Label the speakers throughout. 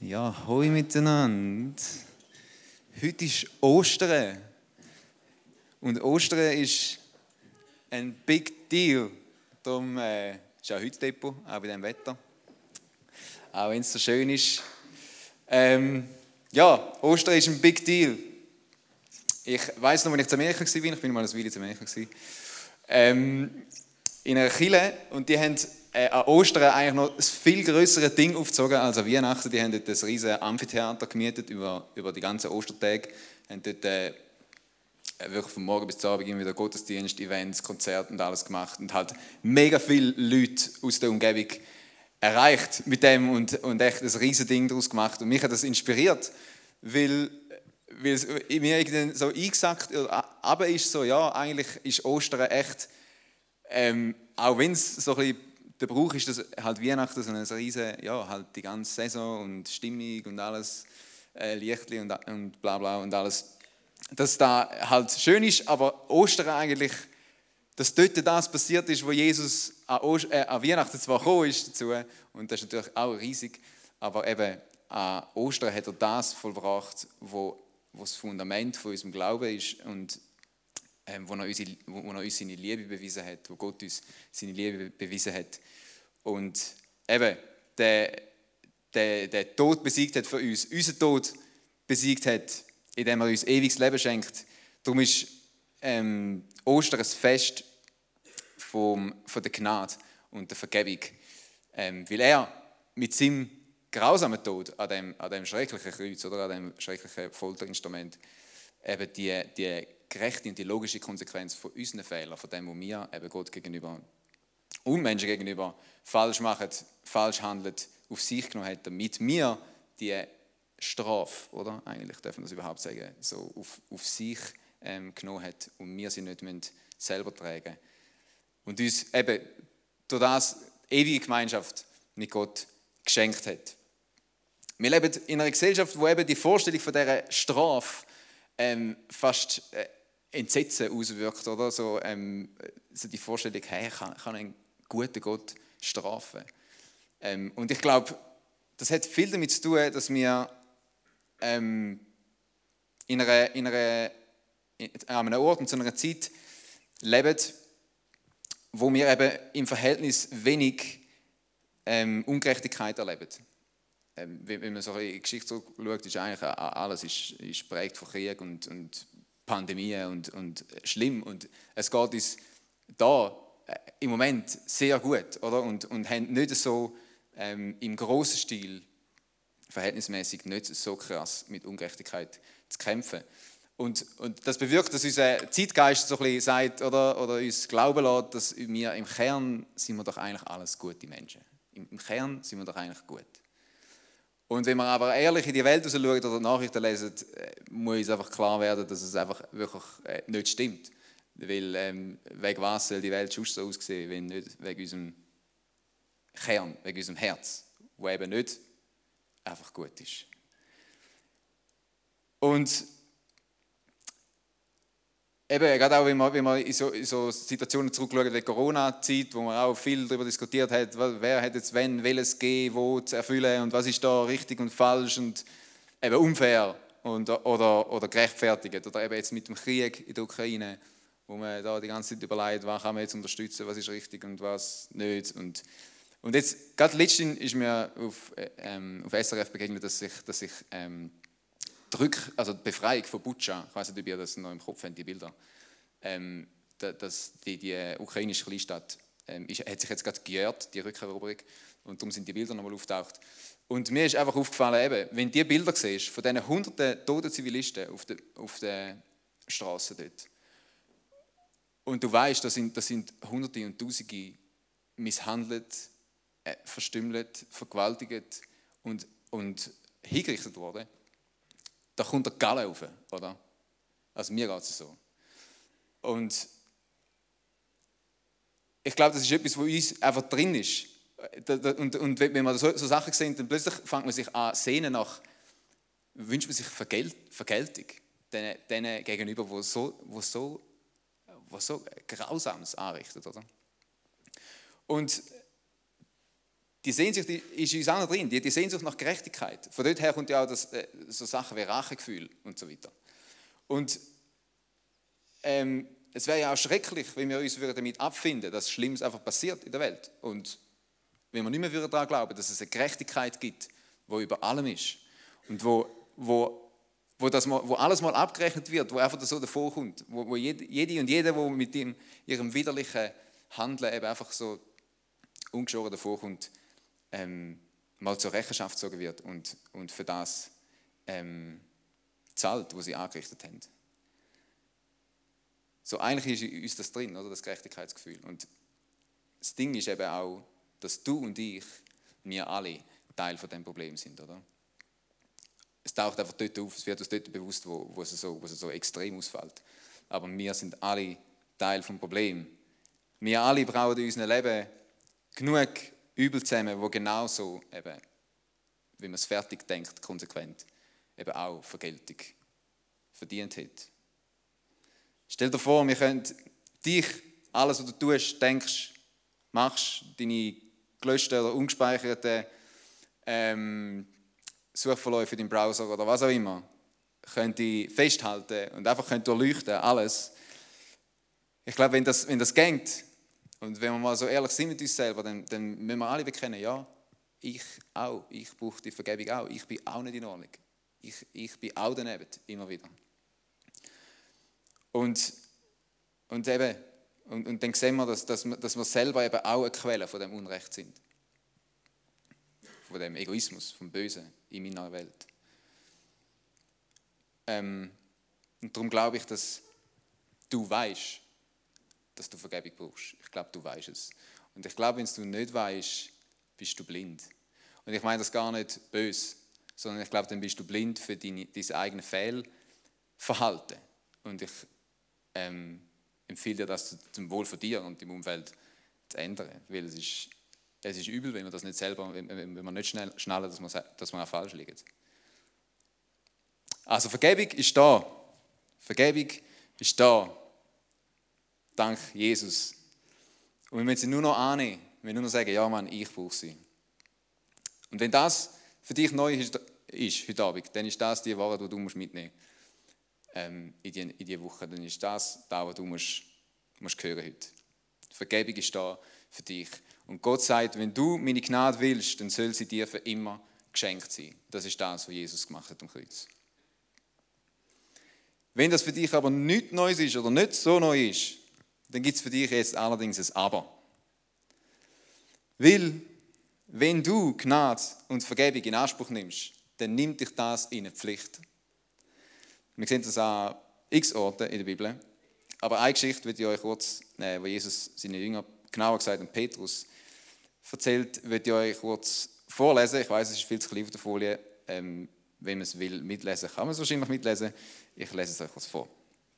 Speaker 1: Ja, hoi miteinander. Heute ist Ostern. Und Ostern ist ein Big Deal. Darum ist auch heute Depot, auch bei diesem Wetter. Auch wenn es so schön ist. Ja, Ostern ist ein Big Deal. Ich weiss noch, als ich zu Amerika war, ich bin mal eine Weile zu Amerika, in einer Kirche, und die haben an Ostern eigentlich noch ein viel grösseres Ding aufgezogen als an Weihnachten. Die haben dort ein riesiges Amphitheater gemietet über die ganzen Ostertage. Haben dort wirklich von morgen bis zum Abend wieder Gottesdienst, Events, Konzerte und alles gemacht und hat mega viele Leute aus der Umgebung erreicht mit dem und echt ein riesiges Ding daraus gemacht. Und mich hat das inspiriert, weil es mir irgendwie so eingesackt, aber ist so, ja, eigentlich ist Ostern echt, auch wenn es so ein bisschen der Brauch ist, dass halt Weihnachten so ein riesen, ja, halt die ganze Saison und Stimmung und alles, Lichtli und bla bla und alles, dass da halt schön ist, aber Ostern eigentlich, dass dort das passiert ist, wo Jesus an Weihnachten zwar gekommen ist dazu, und das ist natürlich auch riesig, aber eben an Ostern hat er das vollbracht, wo das Fundament von unserem Glauben ist und wo er uns seine Liebe bewiesen hat, wo Gott uns seine Liebe bewiesen hat. Und eben, der Tod besiegt hat für uns, unseren Tod besiegt hat, indem er uns ewiges Leben schenkt. Darum ist Ostern ein Fest von der Gnade und der Vergebung. Weil er mit seinem grausamen Tod an dem schrecklichen Kreuz oder an dem schrecklichen Folterinstrument eben die gerechte und die logische Konsequenz von unseren Fehlern, von dem, was wir eben Gott gegenüber und Menschen gegenüber falsch machen, falsch handeln, auf sich genommen hat, damit wir die Strafe, oder? Eigentlich dürfen wir das überhaupt sagen, so auf sich genommen hat und wir sie nicht selber tragen. Und uns eben durch das ewige Gemeinschaft mit Gott geschenkt hat. Wir leben in einer Gesellschaft, wo eben die Vorstellung von dieser Strafe fast Entsetzen auswirkt, oder? So die Vorstellung, hey, kann ein guter Gott strafen? Und ich glaube, das hat viel damit zu tun, dass wir an einem Ort und zu einer Zeit leben, wo wir eben im Verhältnis wenig Ungerechtigkeit erleben. Wenn man so in die Geschichte zurückschaut, ist eigentlich alles ist geprägt von Krieg und Pandemien und schlimm. Und es geht uns da im Moment sehr gut, oder? Und haben nicht so im grossen Stil verhältnismäßig nicht so krass mit Ungerechtigkeit zu kämpfen. Und das bewirkt, dass unser Zeitgeist so ein bisschen sagt oder uns glauben lässt, dass wir im Kern sind wir doch eigentlich alles gute Menschen. Im Kern sind wir doch eigentlich gut. Und wenn wir aber ehrlich in die Welt schauen oder Nachrichten lesen, muss uns einfach klar werden, dass es einfach wirklich nicht stimmt. Weil wegen was soll die Welt schon so aussehen, wenn nicht wegen unserem Kern, wegen unserem Herz, wo eben nicht einfach gut ist. Und eben, gerade auch, wenn man in so Situationen zurückschaut wie die Corona-Zeit, wo man auch viel darüber diskutiert hat, wer hat jetzt welches G wo zu erfüllen und was ist da richtig und falsch und eben unfair oder gerechtfertigt. Oder eben jetzt mit dem Krieg in der Ukraine, wo man da die ganze Zeit überlegt, was kann man jetzt unterstützen, was ist richtig und was nicht. Und jetzt, gerade letztens ist mir auf SRF begegnet, dass sich die Befreiung von Butscha, ich weiß nicht, ob ihr das noch im Kopf habt, die Bilder, dass die ukrainische Kleinstadt hat sich jetzt gerade gejährt, die Rückeroberung, und darum sind die Bilder nochmal auftaucht. Und mir ist einfach aufgefallen, eben, wenn du die Bilder siehst, von diesen hunderten toten Zivilisten auf der Straße dort, und du weißt, das sind Hunderte und Tausende misshandelt, verstümmelt, vergewaltigt und hingerichtet worden, da kommt der Galle rauf, oder? Also mir geht es so. Und ich glaube, das ist etwas, was uns einfach drin ist. Und wenn man so Sachen sieht, dann plötzlich fängt man sich an sehnen nach, wünscht man sich Vergeltung denen gegenüber, wo so Grausames anrichtet, oder? Und die Sehnsucht ist in uns allen drin, die Sehnsucht nach Gerechtigkeit. Von dort her kommt ja auch so Sachen wie Rachegefühl und so weiter. Und es wäre ja auch schrecklich, wenn wir uns damit abfinden, dass Schlimmes einfach passiert in der Welt. Und wenn wir nicht mehr daran glauben, dass es eine Gerechtigkeit gibt, die über allem ist und wo alles mal abgerechnet wird, wo einfach so davor kommt, wo jede und jeder, der mit ihrem widerlichen Handeln eben einfach so ungeschoren davor kommt, mal zur Rechenschaft gezogen wird und für das zahlt, was sie angerichtet haben. So eigentlich ist in uns das drin, oder, das Gerechtigkeitsgefühl. Und das Ding ist eben auch, dass du und ich, wir alle Teil von diesem Problem sind, oder? Es taucht einfach dort auf, es wird uns dort bewusst, wo es so extrem ausfällt. Aber wir sind alle Teil vom Problem. Wir alle brauchen in unserem Leben genug Übel zusammen, wo genauso, eben, wie man es fertig denkt, konsequent, eben auch Vergeltung verdient hat. Stell dir vor, wir können dich, alles, was du tust, denkst, machst, deine gelöschten oder ungespeicherten Suchverläufe in deinem Browser oder was auch immer, könnte festhalten und einfach durchleuchten, alles. Ich glaube, wenn das geht, und wenn wir mal so ehrlich sind mit uns selber, dann müssen wir alle bekennen, ja, ich auch, ich brauche die Vergebung auch, ich bin auch nicht in Ordnung. Ich bin auch daneben, immer wieder. Und dann sehen wir, dass wir selber eben auch eine Quelle von dem Unrecht sind. Von dem Egoismus, vom Bösen in meiner Welt. Und darum glaube ich, dass du weißt, dass du Vergebung brauchst. Ich glaube, du weißt es. Und ich glaube, wenn du nicht weißt, bist du blind. Und ich meine das gar nicht böse, sondern ich glaube, dann bist du blind für dein eigenes Fehlverhalten. Und ich empfehle dir das zum Wohl von dir und dem Umfeld zu ändern. Weil es ist übel, wenn man das nicht selber, wenn man nicht schnallt, dass man auch falsch liegt. Also Vergebung ist da. Vergebung ist da. Dank Jesus. Und wir müssen sie nur noch annehmen. Wir müssen nur noch sagen, ja Mann, ich brauche sie. Und wenn das für dich neu ist heute Abend, dann ist das die Wahrheit, die du mitnehmen musst in diese Woche. Dann ist das, was du musst hören heute. Die Vergebung ist da für dich. Und Gott sagt, wenn du meine Gnade willst, dann soll sie dir für immer geschenkt sein. Das ist das, was Jesus gemacht hat am Kreuz. Wenn das für dich aber nichts Neues ist oder nicht so neu ist, dann gibt es für dich jetzt allerdings ein Aber. Weil, wenn du Gnade und Vergebung in Anspruch nimmst, dann nimmt dich das in eine Pflicht. Wir sehen das an x Orten in der Bibel. Aber eine Geschichte will ich euch kurz, wo Jesus seine Jünger, genauer gesagt an Petrus, erzählt, will ich euch kurz vorlesen. Ich weiß, es ist viel zu klein auf der Folie. Wenn man es will mitlesen, kann man es wahrscheinlich mitlesen. Ich lese es euch kurz vor.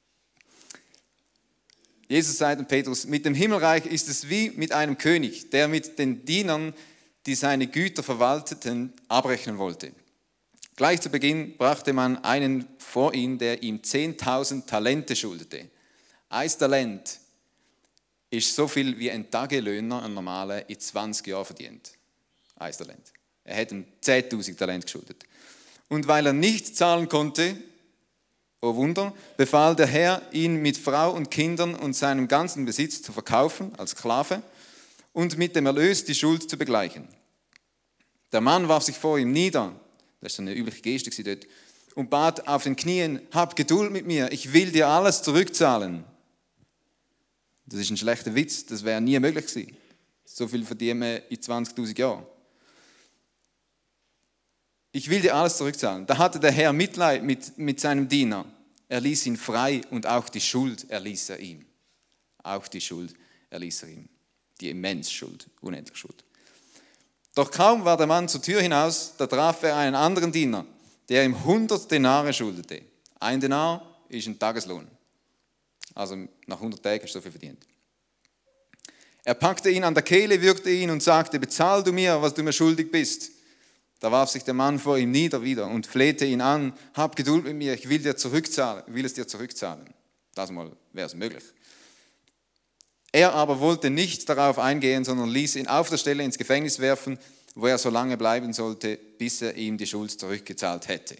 Speaker 1: Jesus sagt an Petrus, mit dem Himmelreich ist es wie mit einem König, der mit den Dienern, die seine Güter verwalteten, abrechnen wollte. Gleich zu Beginn brachte man einen vor ihn, der ihm 10.000 Talente schuldete. 1 Talent ist so viel wie ein Tagelöhner, ein normaler, in 20 Jahren verdient. 1 Talent. Er hat ihm 10.000 Talente geschuldet. Und weil er nicht zahlen konnte, oh Wunder, befahl der Herr, ihn mit Frau und Kindern und seinem ganzen Besitz zu verkaufen als Sklave und mit dem Erlös die Schuld zu begleichen. Der Mann warf sich vor ihm nieder, das ist so eine übliche Geste dort, und bat auf den Knien, hab Geduld mit mir, ich will dir alles zurückzahlen. Das ist ein schlechter Witz, das wäre nie möglich gewesen. So viel verdienen wir in 20.000 Jahren. Ich will dir alles zurückzahlen. Da hatte der Herr Mitleid mit seinem Diener. Er ließ ihn frei und auch die Schuld erließ er ihm. Auch die Schuld erließ er ihm. Die immense Schuld, unendliche Schuld. Doch kaum war der Mann zur Tür hinaus, da traf er einen anderen Diener, der ihm 100 Denare schuldete. 1 Denar ist ein Tageslohn. Also nach 100 Tagen hast du so viel verdient. Er packte ihn an der Kehle, würgte ihn und sagte, bezahl du mir, was du mir schuldig bist. Da warf sich der Mann vor ihm nieder wieder und flehte ihn an, hab Geduld mit mir, ich will es dir zurückzahlen. Das mal wäre es möglich. Er aber wollte nicht darauf eingehen, sondern ließ ihn auf der Stelle ins Gefängnis werfen, wo er so lange bleiben sollte, bis er ihm die Schuld zurückgezahlt hätte.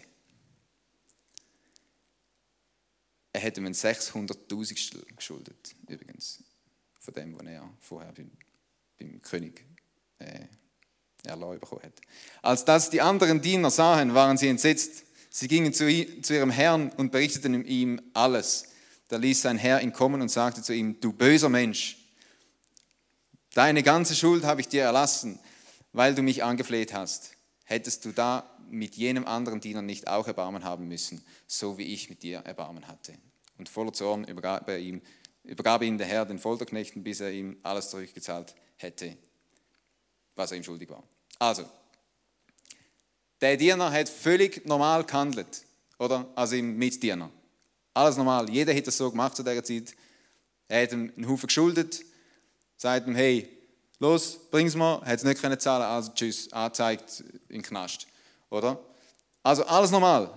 Speaker 1: Er hätte ihm 600.000 geschuldet, übrigens, von dem, was er vorher beim König Erlass bekommen hat. Als das die anderen Diener sahen, waren sie entsetzt. Sie gingen zu ihrem Herrn und berichteten ihm alles. Da ließ sein Herr ihn kommen und sagte zu ihm: Du böser Mensch, deine ganze Schuld habe ich dir erlassen, weil du mich angefleht hast. Hättest du da mit jenem anderen Diener nicht auch Erbarmen haben müssen, so wie ich mit dir Erbarmen hatte. Und voller Zorn übergab ihn der Herr den Folterknechten, bis er ihm alles zurückgezahlt hätte, was er ihm schuldig war. Also, der Diener hat völlig normal gehandelt, oder? Also im Mitdiener. Alles normal. Jeder hätte es so gemacht zu dieser Zeit. Er hat ihm einen Haufen geschuldet, sagt ihm: Hey, los, bring's mir. Er hat es nicht können zahlen, also tschüss, angezeigt, in den Knast. Oder? Also alles normal.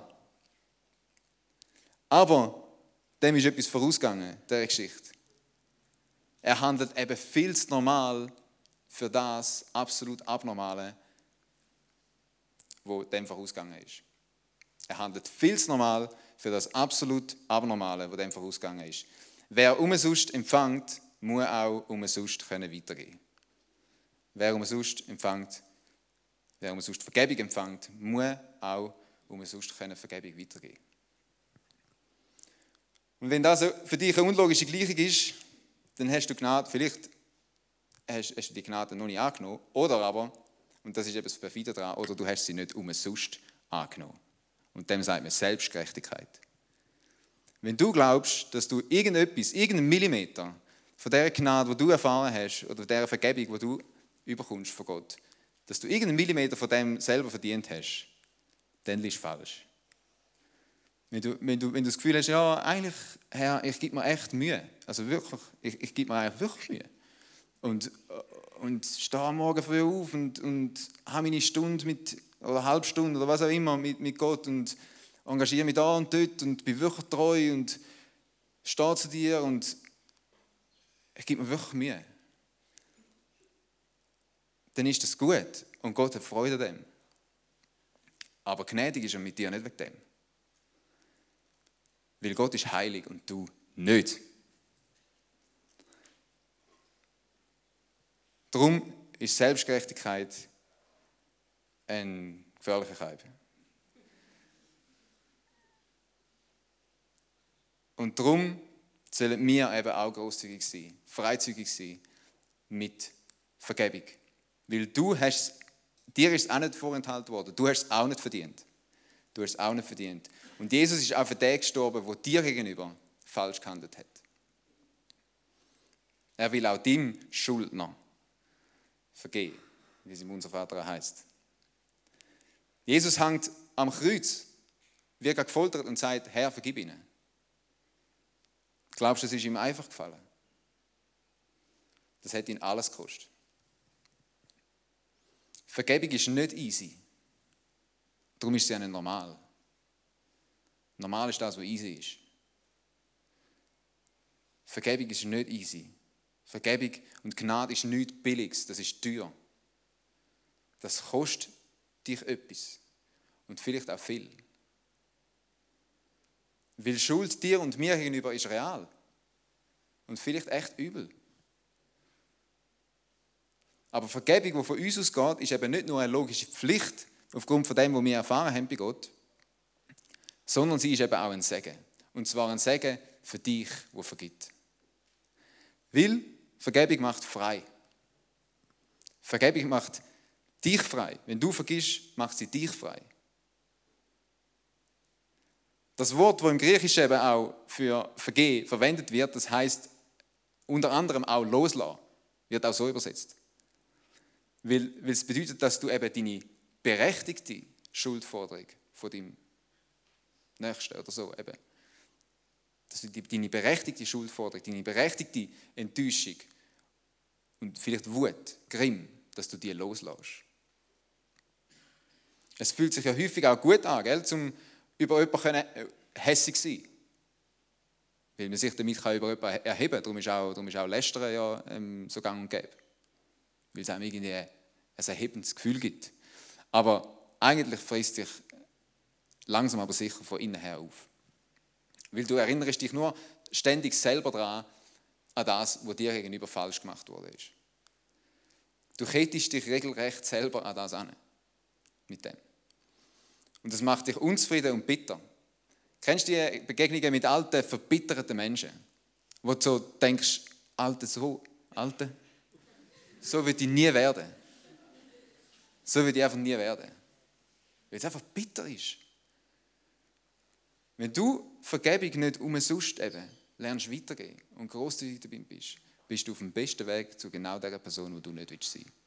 Speaker 1: Aber dem ist etwas vorausgegangen, dieser Geschichte. Er handelt eben viel zu normal für das absolut Abnormale, wo dem vorausgegangen ist. Er handelt viel zu normal für das absolut Abnormale, wo dem vorausgegangen ist. Wer umsonst empfängt, muss auch umsonst weitergeben. Wer umsonst Vergebung empfängt, muss auch umsonst Vergebung weitergeben. Und wenn das für dich eine unlogische Gleichung ist, dann hast du Gnade, vielleicht hast du die Gnade noch nicht angenommen, oder aber, und das ist eben das Perfide daran, oder du hast sie nicht umsonst angenommen. Und dem sagt man Selbstgerechtigkeit. Wenn du glaubst, dass du irgendeinen Millimeter von der Gnade, die du erfahren hast, oder der Vergebung, die du überkommst von Gott, dass du irgendeinen Millimeter von dem selber verdient hast, dann liegst du falsch. Wenn du das Gefühl hast, ja, eigentlich, Herr, ich gebe mir echt Mühe, also wirklich, ich gebe mir eigentlich wirklich Mühe. Und stehe am Morgen früh auf und habe meine Stunde oder eine halbe Stunde oder was auch immer mit Gott und engagiere mich da und dort und bin wirklich treu und stehe zu dir und ich gebe mir wirklich Mühe. Dann ist das gut und Gott hat Freude an dem. Aber gnädig ist er mit dir nicht wegen dem. Weil Gott ist heilig und du nicht. Darum ist Selbstgerechtigkeit ein gefährlicher Kaib. Und darum sollen wir eben auch grosszügig sein, freizügig sein mit Vergebung. Weil dir ist es auch nicht vorenthalten worden, du hast es auch nicht verdient. Du hast es auch nicht verdient. Und Jesus ist auch für den gestorben, der dir gegenüber falsch gehandelt hat. Er will auch dem Schuldner vergeben, wie es im Unser Vater heißt. Jesus hängt am Kreuz, wird gefoltert und sagt: Herr, vergib ihnen. Glaubst du, es ist ihm einfach gefallen? Das hat ihn alles gekostet. Vergebung ist nicht easy. Darum ist sie ja nicht normal. Normal ist das, was easy ist. Vergebung ist nicht easy. Vergebung und Gnade ist nichts Billiges, das ist teuer. Das kostet dich etwas. Und vielleicht auch viel. Weil Schuld dir und mir gegenüber ist real. Und vielleicht echt übel. Aber Vergebung, die von uns ausgeht, ist eben nicht nur eine logische Pflicht, aufgrund von dem, was wir erfahren haben bei Gott, sondern sie ist eben auch ein Segen. Und zwar ein Segen für dich, der vergibt. Weil Vergebung macht frei. Vergebung macht dich frei. Wenn du vergisst, macht sie dich frei. Das Wort, das im Griechischen eben auch für vergehen verwendet wird, das heißt unter anderem auch loslassen, wird auch so übersetzt. Weil es bedeutet, dass du eben deine berechtigte Schuldforderung von deinem Nächsten oder so eben, dass du deine berechtigte Schuldforderung, deine berechtigte Enttäuschung und vielleicht Wut, Grimm, dass du die loslässt. Es fühlt sich ja häufig auch gut an, gell, zum über jemanden hässig sein. weil man sich damit über jemanden erheben kann. Darum ist auch Lästern ja so gang und gäbe. Weil es einem irgendwie ein erhebendes Gefühl gibt. Aber eigentlich frisst dich langsam aber sicher von innen her auf. Weil du erinnerst dich nur ständig selber daran, an das, was dir gegenüber falsch gemacht wurde. Du kettest dich regelrecht selber an das an. Mit dem. Und das macht dich unzufrieden und bitter. Kennst du die Begegnungen mit alten, verbitterten Menschen? Wo du so denkst, Alte, so will ich nie werden. So will ich einfach nie werden. Weil es einfach bitter ist. Wenn du Vergebung nicht umsonst eben lernst weitergehen und grosszügig dabei bist, bist du auf dem besten Weg zu genau der Person, wo du nicht sein willst.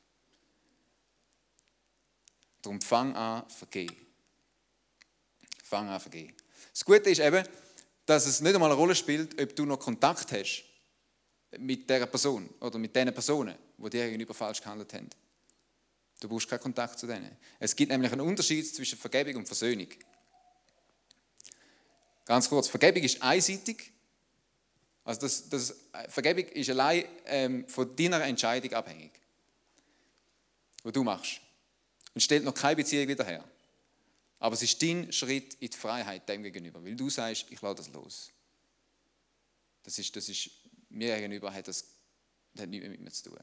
Speaker 1: Darum fang an, vergehen. Fang an, vergehen. Das Gute ist eben, dass es nicht einmal eine Rolle spielt, ob du noch Kontakt hast mit dieser Person oder mit den Personen, die dir gegenüber falsch gehandelt haben. Du brauchst keinen Kontakt zu denen. Es gibt nämlich einen Unterschied zwischen Vergebung und Versöhnung. Ganz kurz, Vergebung ist einseitig. Also Vergebung ist allein von deiner Entscheidung abhängig, die du machst. Und stellt noch keine Beziehung wieder her. Aber es ist dein Schritt in die Freiheit dem gegenüber, weil du sagst, ich lasse das los. Das ist mir gegenüber hat nichts mehr mit mir zu tun.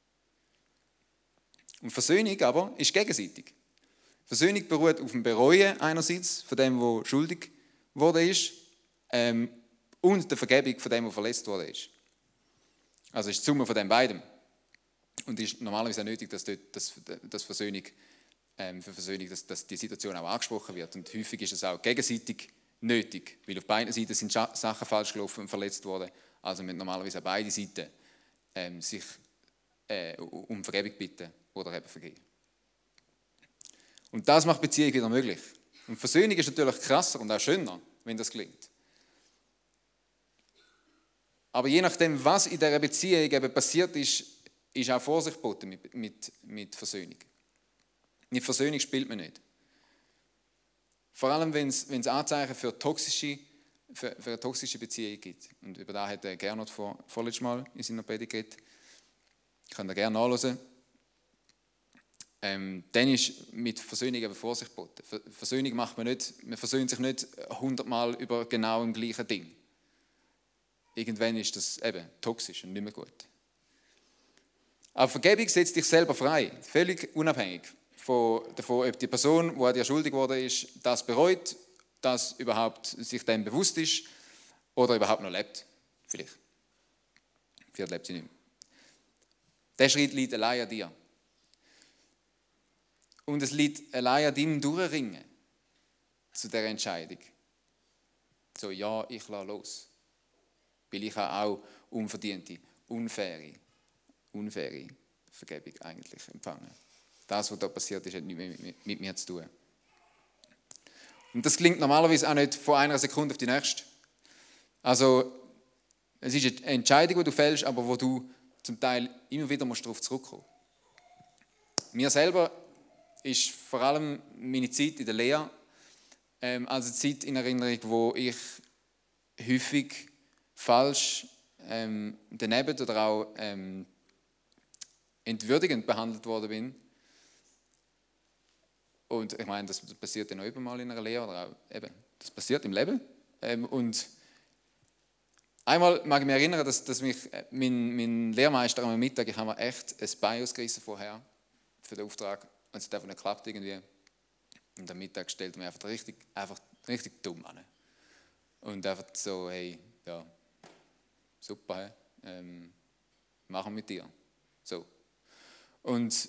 Speaker 1: Und Versöhnung aber ist gegenseitig. Versöhnung beruht auf dem Bereuen einerseits von dem, der schuldig geworden ist, und der Vergebung von dem, der verletzt worden ist. Also ist die Summe von den beiden. Und es ist normalerweise auch nötig, dass Versöhnung, für Versöhnung, dass die Situation auch angesprochen wird. Und häufig ist es auch gegenseitig nötig, weil auf beiden Seiten sind Sachen falsch gelaufen und verletzt worden. Also müssen normalerweise auch beide Seiten sich um Vergebung bitten oder eben vergeben. Und das macht Beziehung wieder möglich. Und Versöhnung ist natürlich krasser und auch schöner, wenn das gelingt. Aber je nachdem, was in dieser Beziehung eben passiert ist, ist auch Vorsicht geboten mit Versöhnung. Mit Versöhnung spielt man nicht. Vor allem, wenn es Anzeichen für eine toxische Beziehung gibt. Und über das hat Gernot vorletztes Mal in seiner Predigt geredet. Könnt ihr gerne nachhören. Dann ist mit Versöhnung eben Vorsicht geboten. Versöhnung macht man nicht, man versöhnt sich nicht 100-mal über genau im gleichen Ding. Irgendwann ist das eben toxisch und nicht mehr gut. Aber Vergebung setzt dich selber frei, völlig unabhängig davon, ob die Person, die an dir schuldig geworden ist, das bereut, das überhaupt sich dem bewusst ist oder überhaupt noch lebt. Vielleicht lebt sie nicht mehr. Der Schritt liegt allein an dir. Und es liegt allein an deinem Durchringen zu dieser Entscheidung. So, ja, ich lasse los. Weil ich habe auch unverdiente, unfaire Vergebung eigentlich empfangen. Das, was da passiert ist, hat nichts mehr mit mir zu tun. Und das klingt normalerweise auch nicht von einer Sekunde auf die nächste. Also, es ist eine Entscheidung, die du fällst, aber wo du zum Teil immer wieder darauf zurückkommen musst. Mir selber ist vor allem meine Zeit in der Lehre als eine Zeit in Erinnerung, wo ich häufig falsch daneben oder auch entwürdigend behandelt worden bin. Und ich meine, das passiert ja noch mal in einer Lehre, oder auch, eben, das passiert im Leben. Und einmal mag ich mich erinnern, dass mich mein Lehrmeister am Mittag, ich habe mir echt ein Bein ausgerissen vorher für den Auftrag, und es hat einfach nicht geklappt irgendwie. Und am Mittag stellt er mich einfach richtig dumm an. Und einfach so, hey, ja, super, machen wir mit dir. So. Und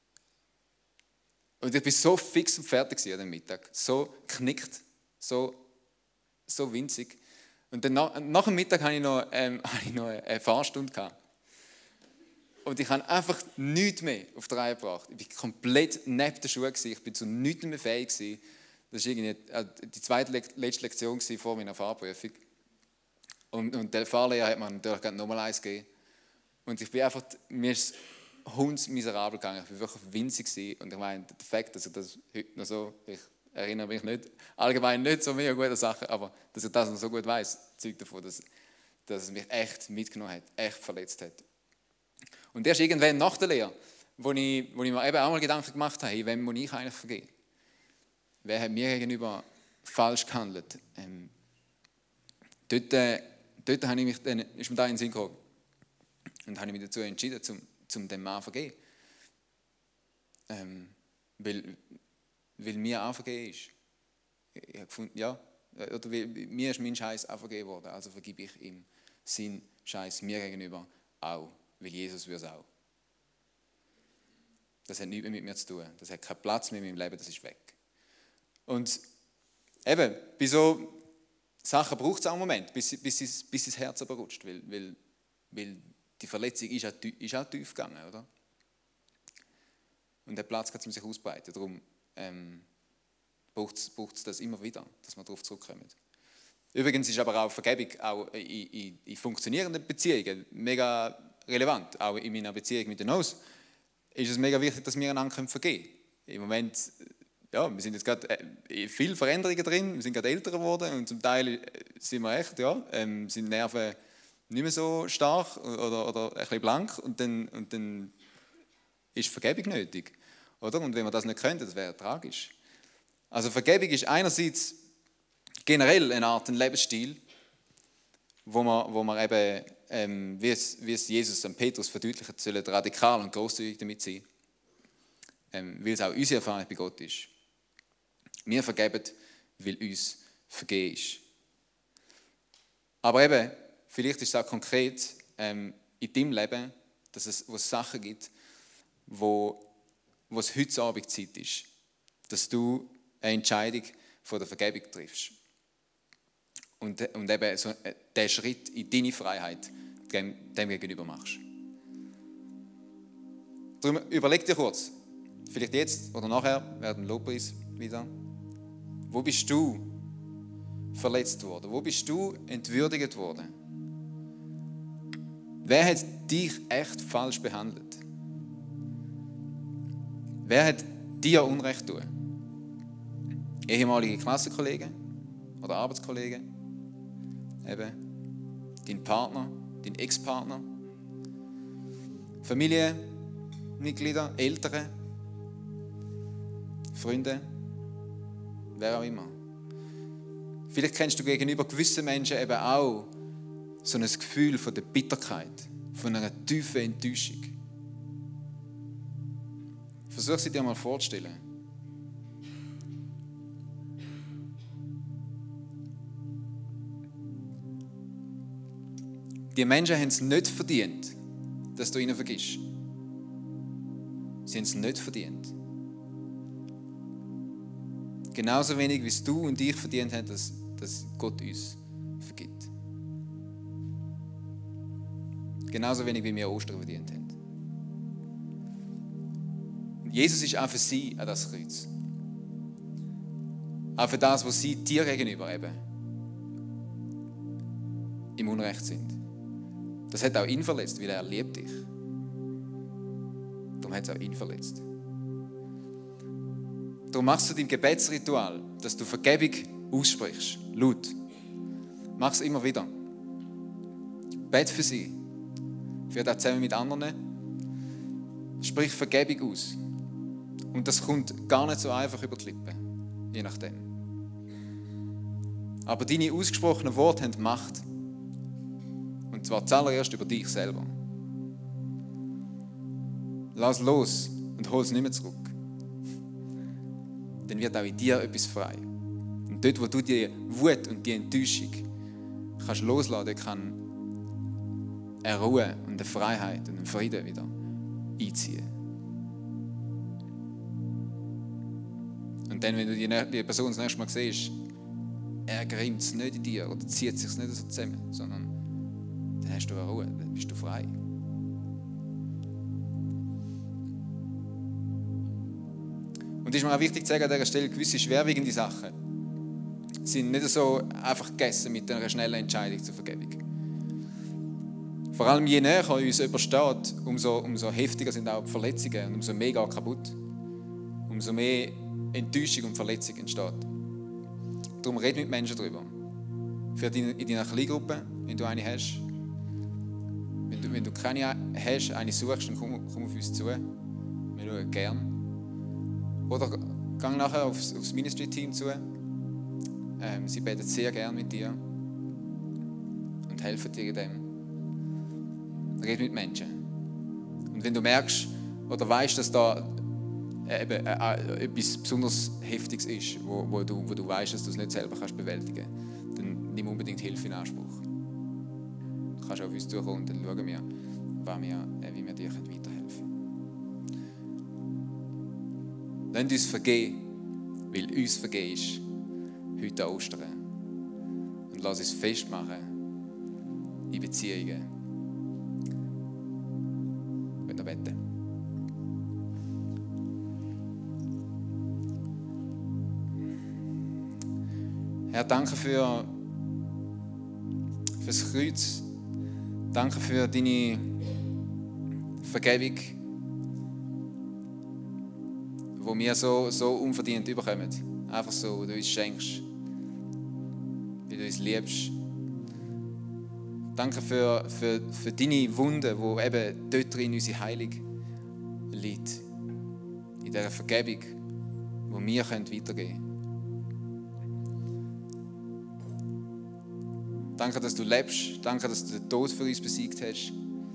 Speaker 1: ich war so fix und fertig an dem Mittag, so geknickt, so winzig. Und dann nach dem Mittag hatte ich noch eine Fahrstunde gehabt. Und ich habe einfach nichts mehr auf die Reihe gebracht. Ich war komplett neben der Schuhe, ich war zu nichts mehr fähig. Das war irgendwie die zweitletzte Lektion vor meiner Fahrprüfung. Und der Fahrlehrer hat mir natürlich nochmal eins gegeben. Und ich bin einfach, mir ist hundsmiserabel gegangen. Ich war wirklich winzig. Und ich meine, der Fakt, dass ich das heute noch so, ich erinnere mich nicht, allgemein nicht so mega gute Sachen, aber dass ich das noch so gut weiss, zeugt davon, dass dass es mich echt mitgenommen hat, echt verletzt hat. Und erst irgendwann nach der Lehre, wo ich mir eben auch mal Gedanken gemacht habe, hey, wem muss ich eigentlich vergeben? Wer hat mir gegenüber falsch gehandelt? Dort habe ich mich, dann ist mir da in den Sinn gekommen und habe ich mich dazu entschieden, zum dem Mann zu vergeben. Weil mir auch vergeben ist. Ich habe gefunden, ja, oder mir ist mein Scheiß auch vergeben worden, also vergebe ich ihm seinen Scheiß mir gegenüber auch, weil Jesus würde es auch. Das hat nichts mehr mit mir zu tun, das hat keinen Platz mehr in meinem Leben, das ist weg. Und eben, bei so Sachen braucht es auch einen Moment, bis das Herz aber rutscht, weil die Verletzung ist auch tief gegangen, oder? Und der Platz kann sich ausbreiten, darum braucht es das immer wieder, dass wir darauf zurückkommen. Übrigens ist aber auch Vergebung auch in funktionierenden Beziehungen mega relevant. Auch in meiner Beziehung mit den Nose ist es mega wichtig, dass wir einander vergeben können. Im Moment, ja, wir sind jetzt gerade viele Veränderungen drin, wir sind gerade älter geworden und zum Teil sind wir echt, ja, sind Nerven nicht mehr so stark oder ein bisschen blank und dann ist Vergebung nötig. Oder? Und wenn wir das nicht könnten, das wäre tragisch. Also Vergebung ist einerseits generell eine Art, ein Lebensstil, wo man eben, wie es Jesus und Petrus verdeutlicht, sollen radikal und großzügig damit sein, weil es auch unsere Erfahrung bei Gott ist. Wir vergeben, weil uns vergeben ist. Aber eben, vielleicht ist es auch konkret in deinem Leben, dass es Sachen gibt, wo es heute Abend Zeit ist, dass du eine Entscheidung von der Vergebung triffst. Und eben so den Schritt in deine Freiheit dem gegenüber machst. Darum überleg dir kurz, vielleicht jetzt oder nachher, während dem Lobpreis wieder, wo bist du verletzt worden? Wo bist du entwürdigt worden? Wer hat dich echt falsch behandelt? Wer hat dir Unrecht getan? Ehemalige Klassenkollegen oder Arbeitskollegen? Eben dein Partner, dein Ex-Partner? Familienmitglieder, Eltern? Freunde? Wer auch immer. Vielleicht kennst du gegenüber gewissen Menschen eben auch so ein Gefühl von der Bitterkeit, von einer tiefen Enttäuschung. Versuch sie dir mal vorzustellen. Die Menschen haben es nicht verdient, dass du ihnen vergisst. Sie haben es nicht verdient. Genauso wenig, wie es du und ich verdient haben, dass Gott uns vergibt. Genauso wenig, wie wir Ostern verdient haben. Und Jesus ist auch für sie an das Kreuz. Auch für das, was sie dir gegenüber eben im Unrecht sind. Das hat auch ihn verletzt, weil er liebt dich. Darum hat es auch ihn verletzt. Darum machst du dein Gebetsritual, dass du Vergebung aussprichst, laut. Mach es immer wieder. Bet für sie. Vielleicht auch zusammen mit anderen. Sprich Vergebung aus. Und das kommt gar nicht so einfach über die Lippen. Je nachdem. Aber deine ausgesprochenen Worte haben Macht. Und zwar zuallererst über dich selber. Lass los und hol es nicht mehr zurück. Dann wird auch in dir etwas frei. Und dort, wo du die Wut und die Enttäuschung kannst loslassen, dort kann eine Ruhe und eine Freiheit und ein Frieden wieder einziehen. Und dann, wenn du die Person das nächste Mal siehst, ärgert es nicht in dir oder zieht es sich nicht so zusammen, sondern dann hast du eine Ruhe, dann bist du frei. Und es ist mir auch wichtig zu sagen, an dieser Stelle, gewisse schwerwiegende Sachen sind nicht so einfach gegessen mit einer schnellen Entscheidung zur Vergebung. Vor allem je näher uns jemand steht, umso heftiger sind auch die Verletzungen und umso mehr geht kaputt. Umso mehr Enttäuschung und Verletzung entsteht. Darum red mit Menschen darüber. Vielleicht in deiner Kleingruppe, wenn du eine hast. Wenn du keine hast, eine suchst, dann komm auf uns zu. Wir schauen gern. Oder geh nachher aufs Ministry-Team zu. Sie beten sehr gern mit dir und helfen dir in dem. Red mit Menschen. Und wenn du merkst oder weißt, dass da etwas besonders Heftiges ist, wo du weißt, dass du es nicht selber kannst bewältigen kannst, dann nimm unbedingt Hilfe in Anspruch. Du kannst auf uns zukommen und dann schauen wir, wie wir dir weiterhelfen können. Lasst uns vergeben, weil uns vergeben ist, heute an Ostern. Und lass uns festmachen in Beziehungen. Ich will noch beten. Herr, danke für das Kreuz. Danke für deine Vergebung, wo wir so unverdient überkommen. Einfach so, wo du uns schenkst, wie du uns liebst. Danke für deine Wunden, wo eben dort drin unsere Heilung liegt. In dieser Vergebung, wo wir weitergeben können. Danke, dass du lebst. Danke, dass du den Tod für uns besiegt hast.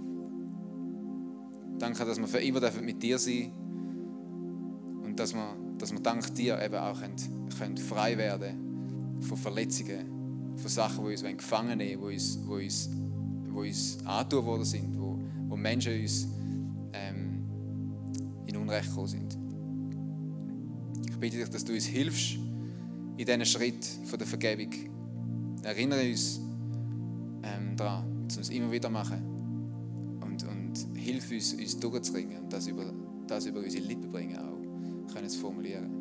Speaker 1: Danke, dass wir für immer mit dir sein dürfen. Und dass wir dank dir eben auch können frei werden von Verletzungen, von Sachen, die uns gefangen nehmen wollen, die uns angetan worden sind, wo Menschen uns in Unrecht gekommen sind. Ich bitte dich, dass du uns hilfst in diesen Schritt von der Vergebung. Erinnere uns daran, dass wir es immer wieder machen und hilf uns durchzuringen und das über unsere Lippen bringen auch, können es formulieren.